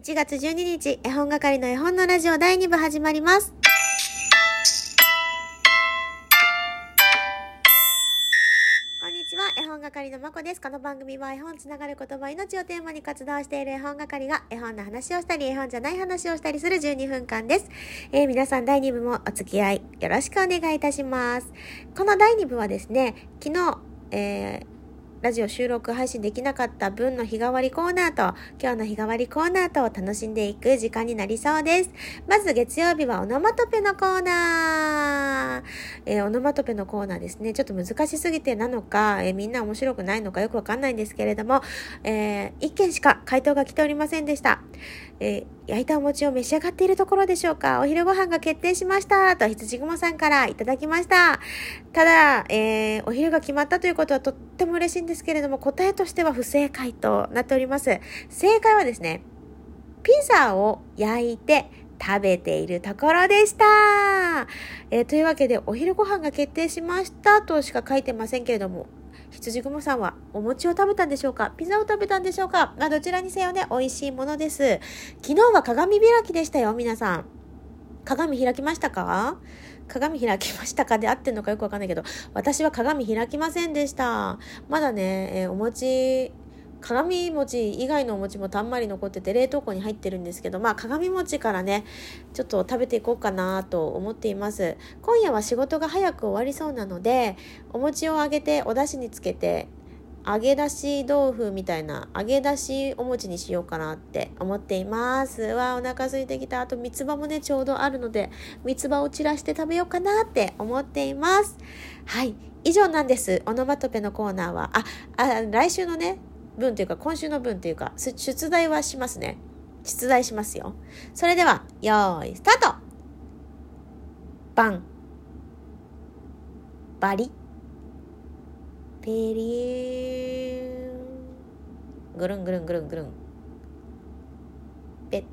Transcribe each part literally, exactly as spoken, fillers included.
いちがつじゅうににち、絵本係の絵本のラジオだいにぶ始まります。こんにちは、絵本係のまこです。この番組は絵本つながる言葉命をテーマに活動している絵本係が絵本の話をしたり絵本じゃない話をしたりするじゅうにふんかんです。えー、皆さんだいにぶもお付き合いよろしくお願いいたします。このだいにぶはですね、昨日、えーラジオ収録配信できなかった分の日替わりコーナーと今日の日替わりコーナーとを楽しんでいく時間になりそうです。まず月曜日はオノマトペのコーナー、えー、オノマトペのコーナーですね。ちょっと難しすぎてなのか、えー、みんな面白くないのかよくわかんないんですけれども、えー、いっけんしか回答が来ておりませんでした。えー、焼いたお餅を召し上がっているところでしょうか。お昼ご飯が決定しましたと羊雲さんからいただきました。ただ、えー、お昼が決まったということはとっても嬉しいんですけれども、答えとしては不正解となっております。正解はですね、ピザを焼いて食べているところでした。えー、というわけでお昼ご飯が決定しましたとしか書いてませんけれども、羊雲さんはお餅を食べたんでしょうか、ピザを食べたんでしょうか、まあ、どちらにせよね、美味しいものです。昨日は鏡開きでしたよ。皆さん鏡開きましたか？鏡開きましたかで合ってんのかよくわかんないけど、私は鏡開きませんでした。まだね、えー、お餅鏡餅以外のお餅もたんまり残ってて冷凍庫に入ってるんですけど、まあ鏡餅からねちょっと食べていこうかなと思っています。今夜は仕事が早く終わりそうなので、お餅をあげてお出汁につけて揚げ出し豆腐みたいな揚げ出しお餅にしようかなって思っています。わあ、お腹空いてきた。あと三つ葉もねちょうどあるので三つ葉を散らして食べようかなって思っています。はい、以上なんです。オノマトペのコーナーはああ来週のね分というか今週の分というか出題はしますね。出題しますよ。それではよーいスタート。バンバリペリーンぐるんぐるんぐるんぐるんペッ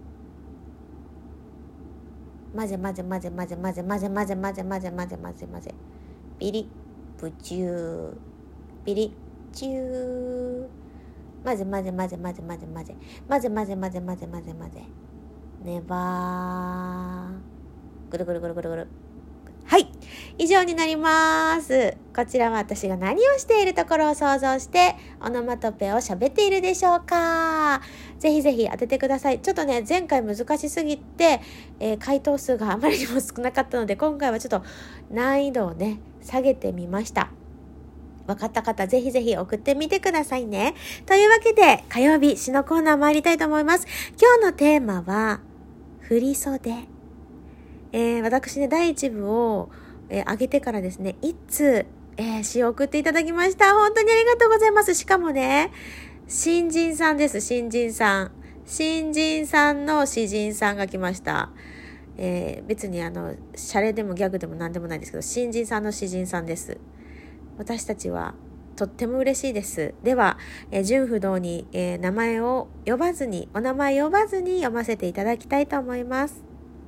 混ぜ混ぜ混ぜ混ぜ混ぜ混ぜ混ぜ混ぜ混ぜ混ぜ混ぜ混ぜピリプチューピリチュー混ぜ混ぜ混ぜ混ぜ混ぜ混ぜ混ぜ混ぜ混ぜ混ぜ混ぜ混ぜねばーぐるぐるぐるぐるぐる。はい、以上になります。こちらは私が何をしているところを想像してオノマトペを喋っているでしょうか。ぜひぜひ当ててください。ちょっとね前回難しすぎて、えー、回答数があまりにも少なかったので今回はちょっと難易度をね下げてみました。分かった方ぜひぜひ送ってみてくださいね。というわけで火曜日詩のコーナー参りたいと思います。今日のテーマは振り袖。えー、私ねだいいちぶを、えー、上げてからですねいっつう、えー、詩を送っていただきました。本当にありがとうございます。しかもね新人さんです。新人さん新人さんの詩人さんが来ました。えー、別にあのシャレでもギャグでも何でもないですけど新人さんの詩人さんです。私たちはとっても嬉しいです。では、えー、順不動に、えー、名前を呼ばずにお名前呼ばずに読ませていただきたいと思います。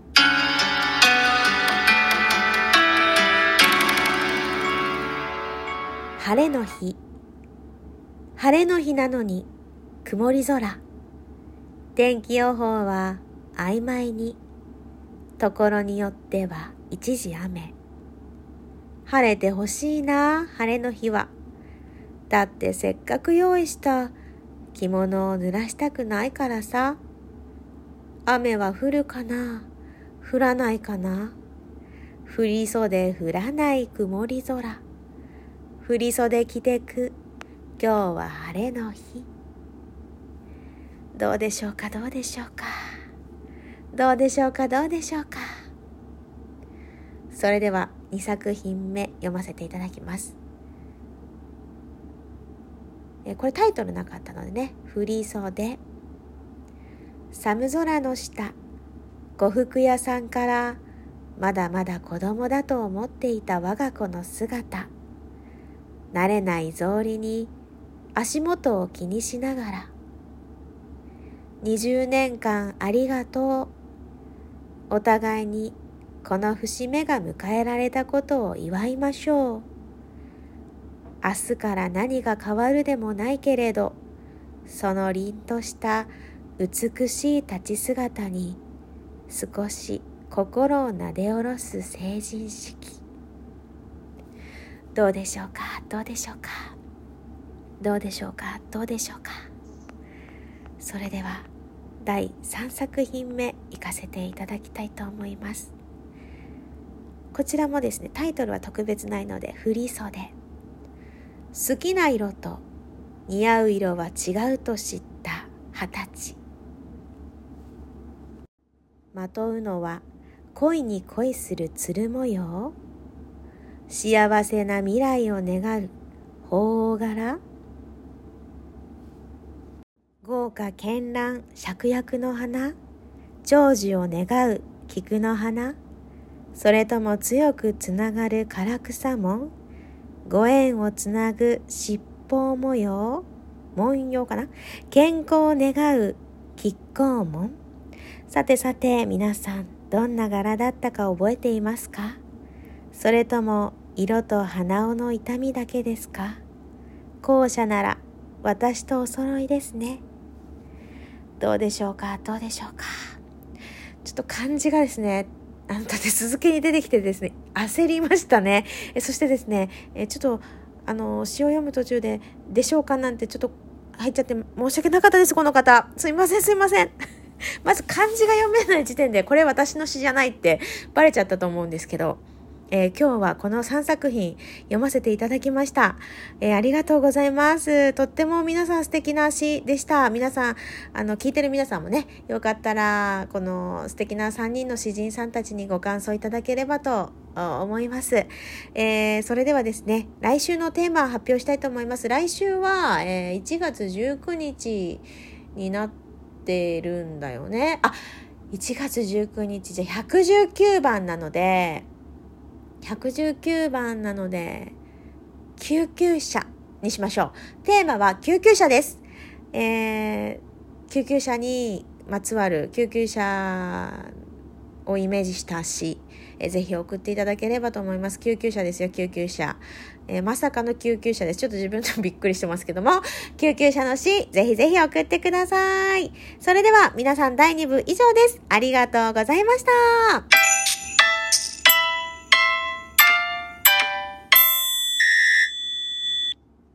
晴れの日。晴れの日なのに曇り空。天気予報は曖昧に、ところによっては一時雨。晴れてほしいな、晴れの日は。だってせっかく用意した着物を濡らしたくないからさ。雨は降るかな、降らないかな。降り袖降らない曇り空。振り袖着てく今日は晴れの日。どうでしょうかどうでしょうかどうでしょうかどうでしょうか。それではにさくひんめ読ませていただきます。えこれタイトルなかったのでね。振り袖。寒空の下、呉服屋さんからまだまだ子供だと思っていた我が子の姿。慣れない草履に足元を気にしながら、にじゅうねんかんありがとう。お互いにこの節目が迎えられたことを祝いましょう。明日から何が変わるでもないけれど、その凛とした美しい立ち姿に少し心をなで下ろす成人式。どうでしょうか、どうでしょうか、どうでしょうか、どうでしょうか。それではだいさんさく品目いかせていただきたいと思います。こちらもですね、タイトルは特別ないので振袖。好きな色と似合う色は違うと知った二十歳。まとうのは恋に恋する鶴模様。幸せな未来を願う鳳凰柄。豪華絢爛芍薬の花。長寿を願う菊の花。それとも強くつながる唐草紋。ご縁をつなぐ七宝模様。文様かな。健康を願う亀甲紋。さてさて皆さん、どんな柄だったか覚えていますか？それとも色と鼻緒の痛みだけですか？後者なら私とお揃いですね。どうでしょうか、どうでしょうか。ちょっと漢字がですね、あの立て続けに出てきてですね、焦りましたね。えそしてですね、えちょっとあの詩を読む途中ででしょうかなんてちょっと入っちゃって申し訳なかったです。この方すいませんすいませんまず漢字が読めない時点でこれ私の詩じゃないってバレちゃったと思うんですけど、えー、今日はこのさんさく品読ませていただきました、えー、ありがとうございます。とっても皆さん素敵な詩でした。皆さんあの聞いてる皆さんもね、よかったらこの素敵なさんにんの詩人さんたちにご感想いただければと思います、えー、それではですね、来週のテーマを発表したいと思います。来週は、えー、いちがつじゅうくにちになっててるんだよね。あ、いちがつじゅうくにちじゃひゃくじゅうきゅうばんなのでひゃくじゅうきゅうばんなので救急車にしましょう。テーマは救急車です。えー、救急車にまつわる救急車をイメージした詩、えー、ぜひ送っていただければと思います。救急車ですよ、救急車、えー、まさかの救急車です。ちょっと自分でもびっくりしてますけども、救急車の詩ぜひぜひ送ってください。それでは皆さんだいにぶ以上です。ありがとうございました。